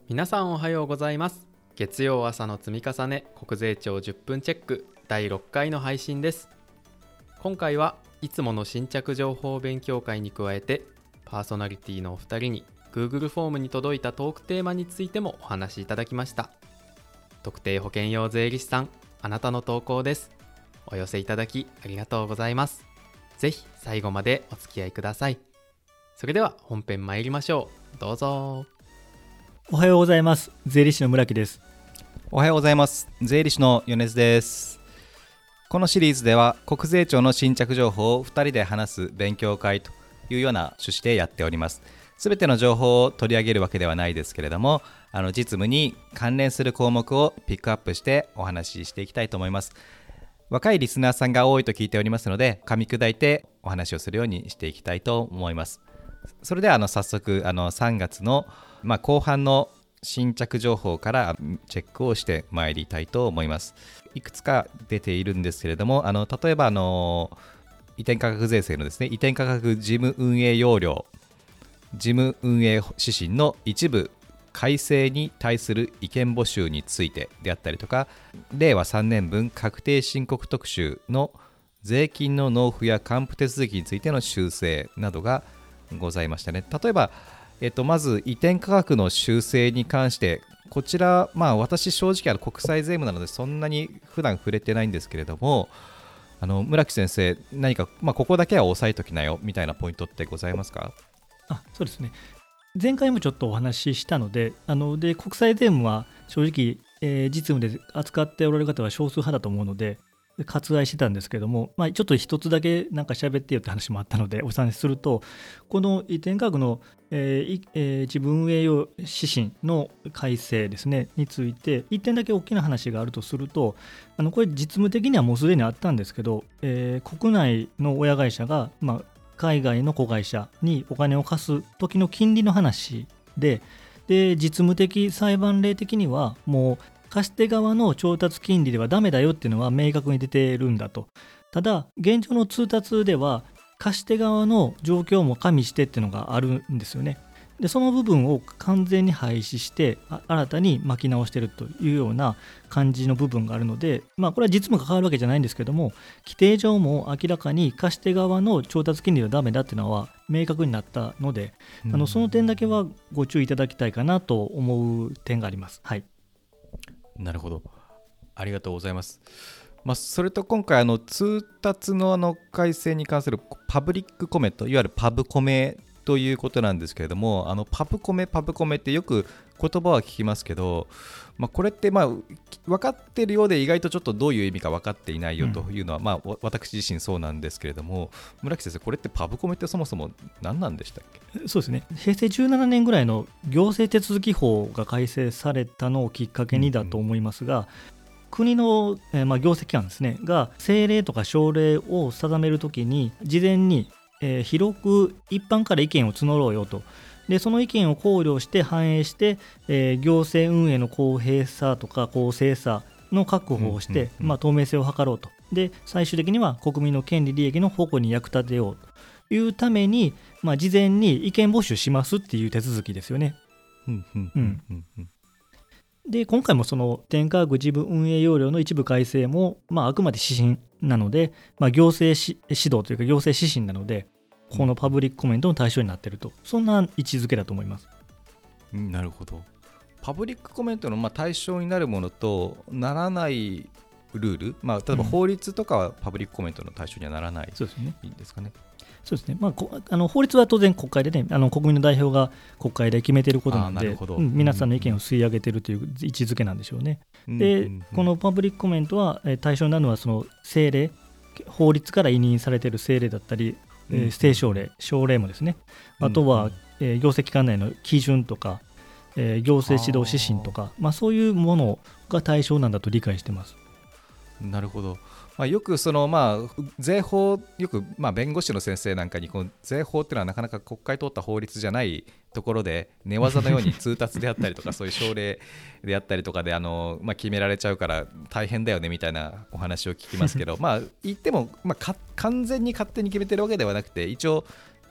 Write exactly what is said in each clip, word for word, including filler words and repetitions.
皆さんおはようございます。月曜朝の積み重ね国税庁じゅっぷんチェックだいろっかいの配信です。今回はいつもの新着情報勉強会に加えてパーソナリティのお二人に Google フォームに届いたトークテーマについてもお話しいただきました。特定保険用税理士さん、あなたの投稿です。お寄せいただきありがとうございます。ぜひ最後までお付き合いください。それでは本編参りましょう。どうぞ。 おはようございます。税理士の村木です。 おはようございます。税理士の米津です。このシリーズでは国税庁の新着情報をふたりで話す勉強会というような趣旨でやっております。すべての情報を取り上げるわけではないですけれども、あの実務に関連する項目をピックアップしてお話ししていきたいと思います。若いリスナーさんが多いと聞いておりますので、噛み砕いてお話をするようにしていきたいと思います。それではあの早速あのさんがつの、まあ、後半の新着情報からチェックをしてまいりたいと思います。いくつか出ているんですけれども、あの例えばあの移転価格税制のですね、移転価格事務運営要領、事務運営指針の一部改正に対する意見募集についてであったりとか、れいわさんねんぶん確定申告特集の税金の納付や還付手続きについての修正などがございましたね。例えば、えっと、まず移転価格の修正に関して、こちら、まあ、私正直あの国際税務なのでそんなに普段触れてないんですけれども、あの村木先生、何か、まあ、ここだけは押さえときなよみたいなポイントってございますか？ あ、そうですね。前回もちょっとお話ししたので、あので国際税務は正直、えー、実務で扱っておられる方は少数派だと思うので割愛してたんですけども、まあ、ちょっと一つだけなんか喋ってよって話もあったのでお話しすると、この移転価格の、えーえー、自分運営用指針の改正ですねについて一点だけ大きな話があるとすると、あのこれ実務的にはもうすでにあったんですけど、えー、国内の親会社が、まあ、海外の子会社にお金を貸す時の金利の話で、で実務的裁判例的にはもう貸し手側の調達金利ではダメだよっていうのは明確に出てるんだと。ただ現状の通達では貸し手側の状況も加味してっていうのがあるんですよね。でその部分を完全に廃止して新たに巻き直しているというような感じの部分があるので、まあ、これは実務が変わるわけじゃないんですけども、規定上も明らかに貸し手側の調達金利はダメだっていうのは明確になったので、うん、あのその点だけはご注意いただきたいかなと思う点があります。はい。 なるほど、ありがとうございます。まあ、それと今回あの通達のあの改正に関するパブリックコメント、いわゆるパブコメということなんですけれども、あのパブコメパブコメってよく言葉は聞きますけど、まあ、これってまあ分かっているようで意外とちょっとどういう意味か分かっていないよというのは、うん、まあ、私自身そうなんですけれども、村木先生、これってパブコメってそもそも何なんでしたっけ？ そうですね、へいせいじゅうななねんぐらいの行政手続法が改正されたのをきっかけにだと思いますが、うんうん、国の、えーまあ、行政機関ですねが政令とか省令を定めるときに事前にえー、広く一般から意見を募ろうよと。でその意見を考慮して反映して、えー、行政運営の公平さとか公正さの確保をして、うんうんうん、まあ、透明性を図ろうと。で最終的には国民の権利利益の保護に役立てようというために、まあ、事前に意見募集しますっていう手続きですよね。うんうんうんうんうん、で今回もその転価格事務運営要領の一部改正も、まあ、あくまで指針なので、まあ、行政指導というか行政指針なので、このパブリックコメントの対象になっていると、そんな位置づけだと思います。 なるほど。パブリックコメントのまあ対象になるものとならないルール、まあ、例えば法律とかはパブリックコメントの対象にはならない、うん、 そうですね。 いいんですかね。 そうですね、まあ、あの法律は当然国会でね、あの国民の代表が国会で決めていることなので、うん、皆さんの意見を吸い上げているという位置づけなんでしょうね。うん、で、うんうん、このパブリックコメントは対象になるのはその政令、法律から委任されている政令だったり、うん、指定省令、省令もですね、あとは、うんえー、行政機関内の基準とか、えー、行政指導指針とか、まあ、そういうものが対象なんだと理解しています。 なるほど。まあ、よくそのまあ税法、よくまあ弁護士の先生なんかにこう税法っていうのはなかなか国会通った法律じゃないところで寝技のように通達であったりとかそういう省令であったりとかであの、まあ、決められちゃうから大変だよねみたいなお話を聞きますけどまあ言ってもまあか完全に勝手に決めてるわけではなくて、一応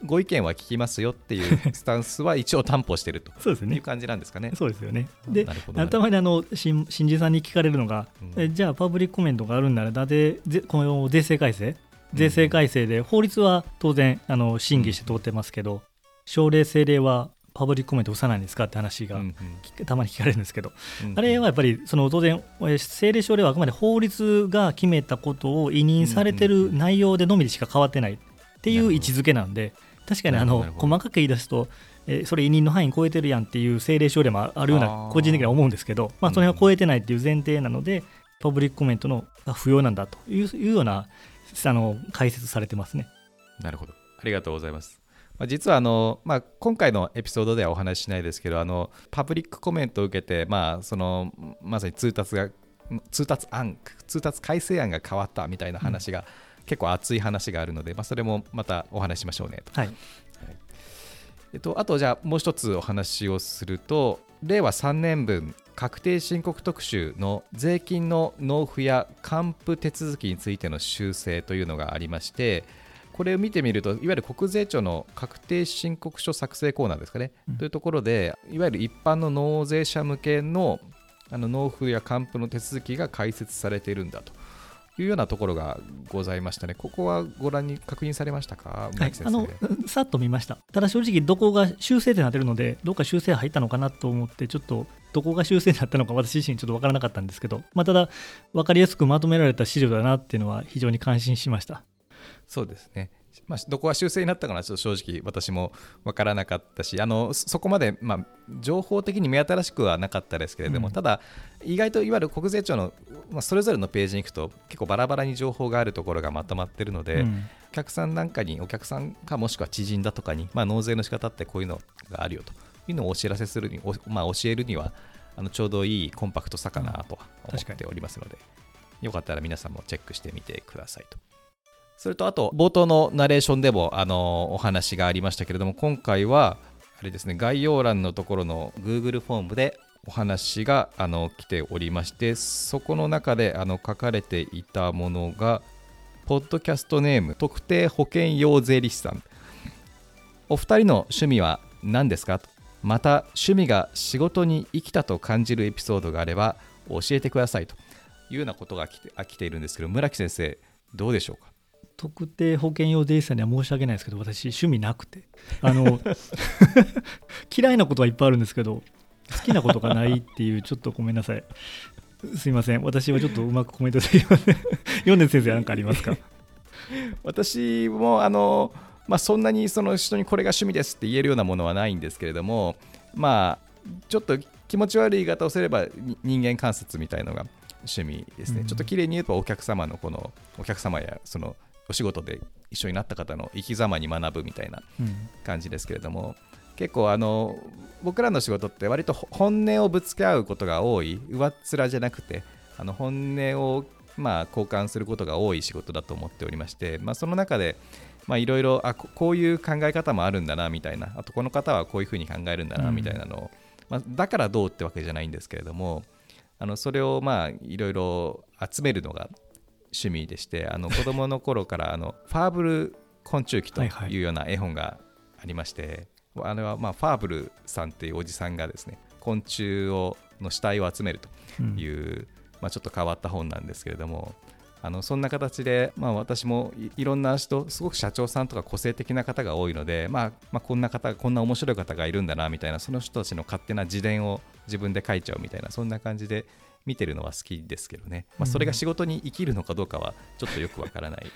ご意見は聞きますよっていうスタンスは一応担保してるとそうですねいう感じなんですかね。 そうですよね。で、 なるほどたまにあの新新人さんに聞かれるのが、 うん、 えじゃあパブリックコメントがあるんならなぜぜこの税制改正税制改正で法律は当然あの審議して通ってますけど、うん、省令政令はパブリックコメントをさないんですかって話が、うんうん、たまに聞かれるんですけど、うんうん、あれはやっぱりその当然政令省令はあくまで法律が決めたことを委任されてる内容でのみでしか変わってないっていう位置づけなんで、確かにあの細かく言い出すとえー、それ委任の範囲超えてるやんっていう政令省令もあるような個人的には思うんですけど、まあ、それは超えてないっていう前提なので、うん、パブリックコメントのが不要なんだという、いうようなあの解説されてますね。 なるほど、ありがとうございます。まあ、実はあの、まあ、今回のエピソードではお話ししないですけど、あのパブリックコメントを受けて、まあ、そのまさに通達が通達案通達改正案が変わったみたいな話が、うん、結構熱い話があるので、まあ、それもまたお話ししましょうねと。 はい、 えっと、あとじゃあもう一つお話をすると、れいわさんねんぶん確定申告特集の税金の納付や還付手続きについての修正というのがありまして、これを見てみると、いわゆる国税庁の確定申告書作成コーナーですかね、うん、というところで、いわゆる一般の納税者向けの、あの納付や還付の手続きが開設されているんだというようなところがございましたね。ここはご覧に確認されましたか？ はい、あのさっと見ました。ただ正直どこが修正ってなってるので、どっか修正入ったのかなと思って、ちょっとどこが修正になったのか私自身ちょっと分からなかったんですけど、まあ、ただ分かりやすくまとめられた資料だなっていうのは非常に感心しました。 そうですね、まあ、どこが修正になったかはちょっと正直私も分からなかったし、あのそこまで、まあ、情報的に目新しくはなかったですけれども、うん、ただ意外といわゆる国税庁の、まあ、それぞれのページに行くと結構バラバラに情報があるところがまとまっているので、うん、お客さんなんかにお客さんかもしくは知人だとかに、まあ、納税の仕方ってこういうのがあるよというのをお知らせするに、まあ、教えるにはあのちょうどいいコンパクトさかなとは思っておりますので、よかったら皆さんもチェックしてみてくださいと。それとあと冒頭のナレーションでもあのお話がありましたけれども、今回はあれですね、概要欄のところの Google フォームでお話があの来ておりまして、そこの中であの書かれていたものが、ポッドキャストネーム特定保険用税理士さん、お二人の趣味は何ですかと、また趣味が仕事に生きたと感じるエピソードがあれば教えてくださいというようなことが来て、来ているんですけど、村木先生どうでしょうか？ 特定保険用税理士さんには申し訳ないですけど、私趣味なくて、あの嫌いなことはいっぱいあるんですけど好きなことがないっていう、ちょっとごめんなさい、すいません、私はちょっとうまくコメントできません。米津先生何かありますか？ 私もあの、まあ、そんなにその人にこれが趣味ですって言えるようなものはないんですけれども、まあちょっと気持ち悪い言い方をすれば人間観察みたいのが趣味ですね、うん、ちょっと綺麗に言えばお客様のこのお客様やそのお仕事で一緒になった方の生き様に学ぶみたいな感じですけれども、うん、結構あの僕らの仕事って割と本音をぶつけ合うことが多い、上っ面じゃなくてあの本音をまあ交換することが多い仕事だと思っておりまして、まあ、その中でいろいろこういう考え方もあるんだなみたいな、あとこの方はこういうふうに考えるんだなみたいなのを、うんまあ、だからどうってわけじゃないんですけれども、あのそれをまあいろいろ集めるのが趣味でして、あの子供の頃からあのファーブル昆虫記というような絵本がありまして、はいはい、あれはまあファーブルさんっていうおじさんがですね、昆虫をの死体を集めるという、うんまあ、ちょっと変わった本なんですけれども、あのそんな形で、まあ、私も い, いろんな人、すごく社長さんとか個性的な方が多いので、まあまあ、こんな方こんな面白い方がいるんだなみたいな、その人たちの勝手な自伝を自分で書いちゃうみたいな、そんな感じで見てるのは好きですけどね、まあ、それが仕事に生きるのかどうかはちょっとよくわからないです、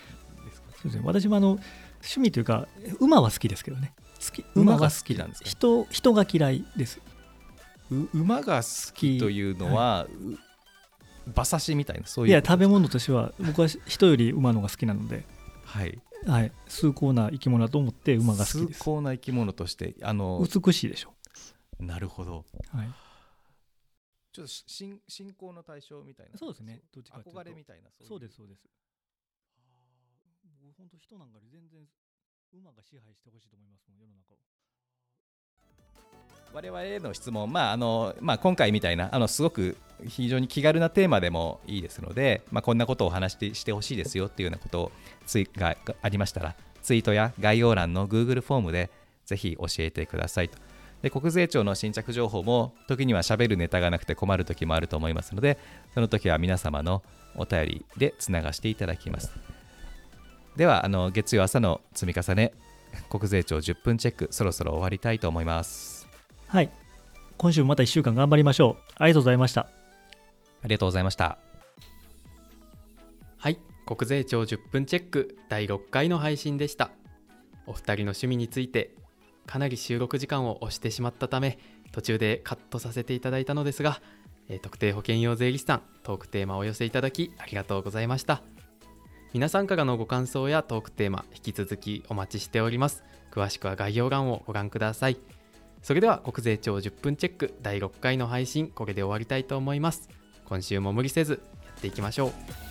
そうですね、私もあの趣味というか馬は好きですけどね、好き馬が好きなんですか？ 人, 人が嫌いです。 馬が好きというのは、はい、馬刺しみたいな、そういう。 いや、食べ物としては僕は人より馬のが好きなので、 はいはい、崇高な生き物だと思って馬が好きです。 崇高な生き物としてあの美しいでしょ。 なるほど、 はい、 ちょっと信仰の対象みたいな。 そうですね、どっちかというと憧れみたいな。 そういうそうですそうです。僕本当人なんかで全然馬が支配してほしいと思いますもん、世の中を。 我々への質問、まああのまあ、今回みたいなあのすごく非常に気軽なテーマでもいいですので、まあ、こんなことをお話してしてほしいですよっていうようなことをついがありましたら、 ツイートや概要欄の Google フォームでぜひ教えてくださいと。で、国税庁の新着情報も時には喋るネタがなくて困る時もあると思いますので、その時は皆様のお便りでつながしていただきます。では、あの月曜朝の積み重ね国税庁じゅっぷんチェック、そろそろ終わりたいと思います。 はい、今週もまたいっしゅうかん頑張りましょう。ありがとうございました。 ありがとうございました。 はい、国税庁じゅっぷんチェックだいろっかいの配信でした。お二人の趣味についてかなり収録時間を押してしまったため途中でカットさせていただいたのですが、えー、特定保険用税理士さんトークテーマをお寄せいただきありがとうございました。皆さんからのご感想やトークテーマ引き続きお待ちしております。詳しくは概要欄をご覧ください。それでは国税庁じゅっぷんチェックだいろっかいの配信、これで終わりたいと思います。今週も無理せずやっていきましょう。